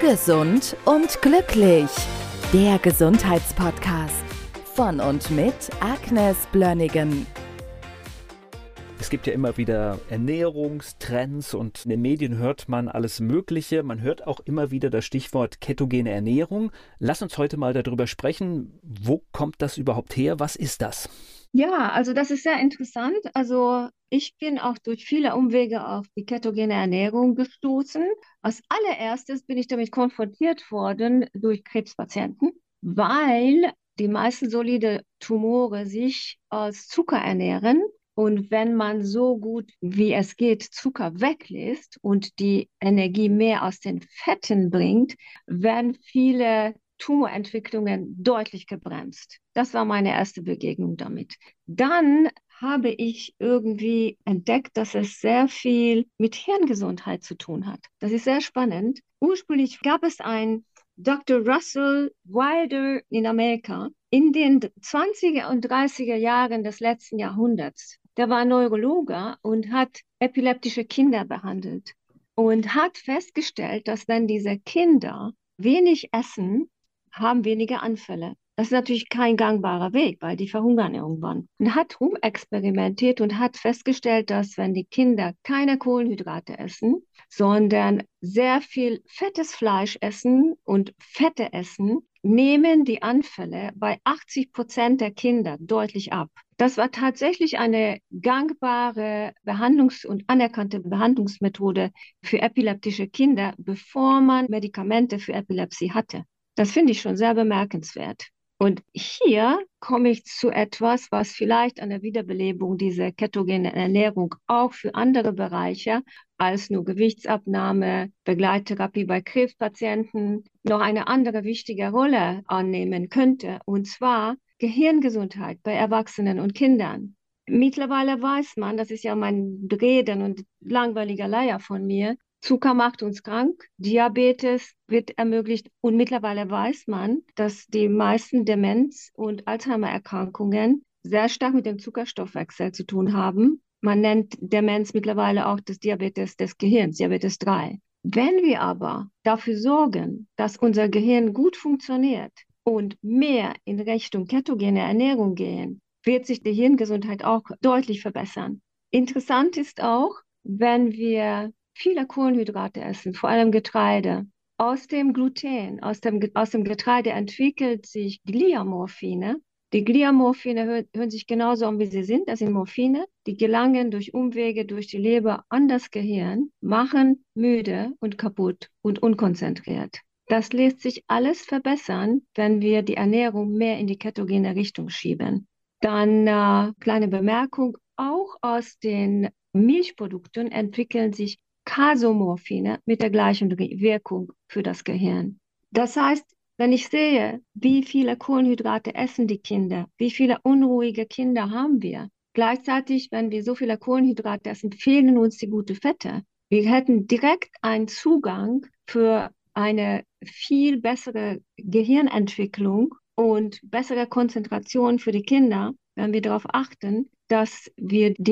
Gesund und glücklich. Der Gesundheitspodcast von und mit Agnes Blönnigan. Es gibt ja immer wieder Ernährungstrends und in den Medien hört man alles Mögliche. Man hört auch immer wieder das Stichwort ketogene Ernährung. Lass uns heute mal darüber sprechen. Wo kommt das überhaupt her? Was ist das? Ja, also das ist sehr interessant. Also ich bin auch durch viele Umwege auf die ketogene Ernährung gestoßen. Als allererstes bin ich damit konfrontiert worden durch Krebspatienten, weil die meisten solide Tumore sich aus Zucker ernähren. Und wenn man so gut wie es geht Zucker weglässt und die Energie mehr aus den Fetten bringt, werden viele Tumorentwicklungen deutlich gebremst. Das war meine erste Begegnung damit. Dann habe ich irgendwie entdeckt, dass es sehr viel mit Hirngesundheit zu tun hat. Das ist sehr spannend. Ursprünglich gab es einen Dr. Russell Wilder in Amerika in den 20er und 30er Jahren des letzten Jahrhunderts. Der war Neurologe und hat epileptische Kinder behandelt und hat festgestellt, dass wenn diese Kinder wenig essen, haben weniger Anfälle. Das ist natürlich kein gangbarer Weg, weil die verhungern irgendwann. Und hat rumexperimentiert und hat festgestellt, dass wenn die Kinder keine Kohlenhydrate essen, sondern sehr viel fettes Fleisch essen und Fette essen, nehmen die Anfälle bei 80% der Kinder deutlich ab. Das war tatsächlich eine gangbare und anerkannte Behandlungsmethode für epileptische Kinder, bevor man Medikamente für Epilepsie hatte. Das finde ich schon sehr bemerkenswert. Und hier komme ich zu etwas, was vielleicht an der Wiederbelebung dieser ketogenen Ernährung auch für andere Bereiche als nur Gewichtsabnahme, Begleittherapie bei Krebspatienten noch eine andere wichtige Rolle annehmen könnte, und zwar Gehirngesundheit bei Erwachsenen und Kindern. Mittlerweile weiß man, das ist ja mein Reden und langweiliger Leier von mir, Zucker macht uns krank, Diabetes wird ermöglicht und mittlerweile weiß man, dass die meisten Demenz- und Alzheimer-Erkrankungen sehr stark mit dem Zuckerstoffwechsel zu tun haben. Man nennt Demenz mittlerweile auch das Diabetes des Gehirns, Diabetes 3. Wenn wir aber dafür sorgen, dass unser Gehirn gut funktioniert und mehr in Richtung ketogene Ernährung gehen, wird sich die Hirngesundheit auch deutlich verbessern. Interessant ist auch, wenn wir viele Kohlenhydrate essen, vor allem Getreide. Aus dem Gluten, aus dem Getreide entwickelt sich Gliamorphine. Die Gliamorphine hören sich genauso an, wie sie sind. Das sind Morphine, die gelangen durch Umwege durch die Leber an das Gehirn, machen müde und kaputt und unkonzentriert. Das lässt sich alles verbessern, wenn wir die Ernährung mehr in die ketogene Richtung schieben. Dann kleine Bemerkung, auch aus den Milchprodukten entwickeln sich Casomorphine mit der gleichen Wirkung für das Gehirn. Das heißt, wenn ich sehe, wie viele Kohlenhydrate essen die Kinder, wie viele unruhige Kinder haben wir, gleichzeitig, wenn wir so viele Kohlenhydrate essen, fehlen uns die guten Fette. Wir hätten direkt einen Zugang für eine viel bessere Gehirnentwicklung und bessere Konzentration für die Kinder, wenn wir darauf achten, dass wir die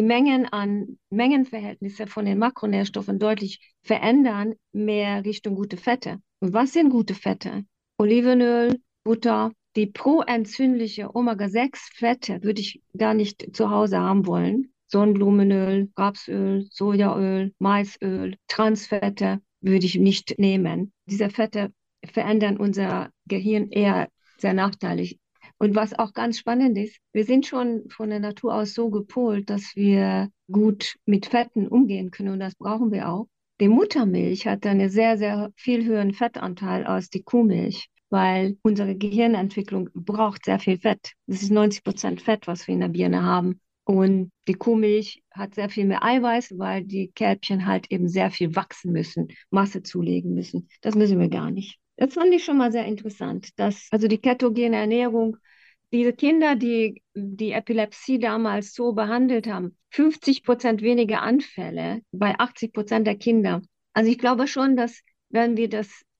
Mengenverhältnisse von den Makronährstoffen deutlich verändern, mehr Richtung gute Fette. Und was sind gute Fette? Olivenöl, Butter, die proentzündliche Omega-6-Fette würde ich gar nicht zu Hause haben wollen. Sonnenblumenöl, Rapsöl, Sojaöl, Maisöl, Transfette würde ich nicht nehmen. Diese Fette verändern unser Gehirn eher sehr nachteilig. Und was auch ganz spannend ist, wir sind schon von der Natur aus so gepolt, dass wir gut mit Fetten umgehen können und das brauchen wir auch. Die Muttermilch hat einen sehr, sehr viel höheren Fettanteil als die Kuhmilch, weil unsere Gehirnentwicklung braucht sehr viel Fett. Das ist 90% Fett, was wir in der Birne haben. Und die Kuhmilch hat sehr viel mehr Eiweiß, weil die Kälbchen halt eben sehr viel wachsen müssen, Masse zulegen müssen. Das müssen wir gar nicht. Das fand ich schon mal sehr interessant, dass also die ketogene Ernährung, diese Kinder, die die Epilepsie damals so behandelt haben, 50% weniger Anfälle bei 80% der Kinder. Also ich glaube schon, dass wenn wir das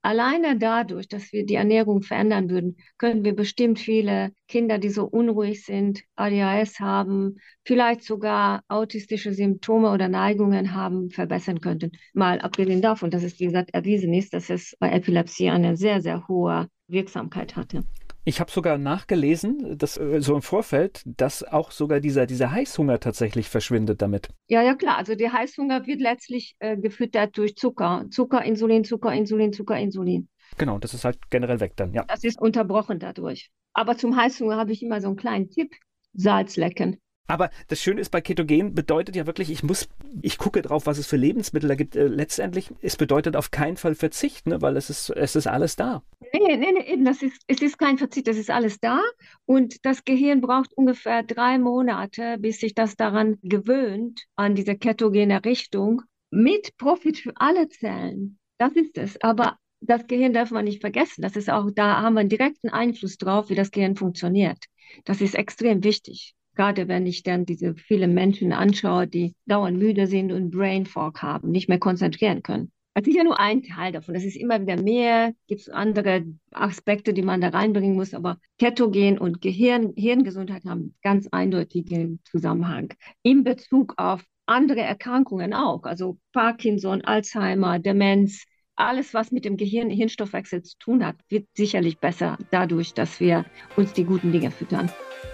alleine dadurch, dass wir die Ernährung verändern würden, können wir bestimmt viele Kinder, die so unruhig sind, ADHS haben, vielleicht sogar autistische Symptome oder Neigungen haben, verbessern könnten. Mal abgesehen davon, dass es, wie gesagt, erwiesen ist, dass es bei Epilepsie eine sehr, sehr hohe Wirksamkeit hatte. Ich habe sogar nachgelesen, dass so im Vorfeld, dass auch sogar dieser Heißhunger tatsächlich verschwindet damit. Ja, klar. Also der Heißhunger wird letztlich gefüttert durch Zucker. Zucker, Insulin, Zucker, Insulin, Zucker, Insulin. Genau, das ist halt generell weg dann, ja. Das ist unterbrochen dadurch. Aber zum Heißhunger habe ich immer so einen kleinen Tipp: Salz lecken. Aber das Schöne ist, bei Ketogen bedeutet ja wirklich, ich gucke drauf, was es für Lebensmittel da gibt. Letztendlich, es bedeutet auf keinen Fall Verzicht, ne, weil es ist alles da. Nee, eben, es ist kein Verzicht, es ist alles da. Und das Gehirn braucht ungefähr 3 Monate, bis sich das daran gewöhnt, an diese ketogene Richtung, mit Profit für alle Zellen. Das ist es. Aber das Gehirn darf man nicht vergessen. Das ist auch, da haben wir einen direkten Einfluss drauf, wie das Gehirn funktioniert. Das ist extrem wichtig. Gerade wenn ich dann diese vielen Menschen anschaue, die dauernd müde sind und Brain Fog haben, nicht mehr konzentrieren können. Das ist ja nur ein Teil davon. Das ist immer wieder mehr. Gibt es andere Aspekte, die man da reinbringen muss. Aber Ketogen und Hirngesundheit haben ganz eindeutigen Zusammenhang. In Bezug auf andere Erkrankungen auch. Also Parkinson, Alzheimer, Demenz. Alles, was mit dem Hirnstoffwechsel zu tun hat, wird sicherlich besser dadurch, dass wir uns die guten Dinge füttern.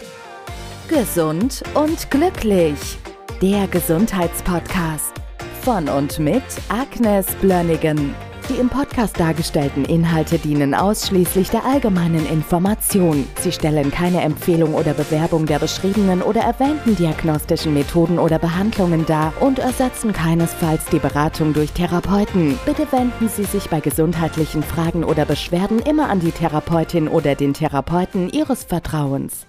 Gesund und glücklich. Der Gesundheitspodcast von und mit Agnes Blönnigan. Die im Podcast dargestellten Inhalte dienen ausschließlich der allgemeinen Information. Sie stellen keine Empfehlung oder Bewerbung der beschriebenen oder erwähnten diagnostischen Methoden oder Behandlungen dar und ersetzen keinesfalls die Beratung durch Therapeuten. Bitte wenden Sie sich bei gesundheitlichen Fragen oder Beschwerden immer an die Therapeutin oder den Therapeuten Ihres Vertrauens.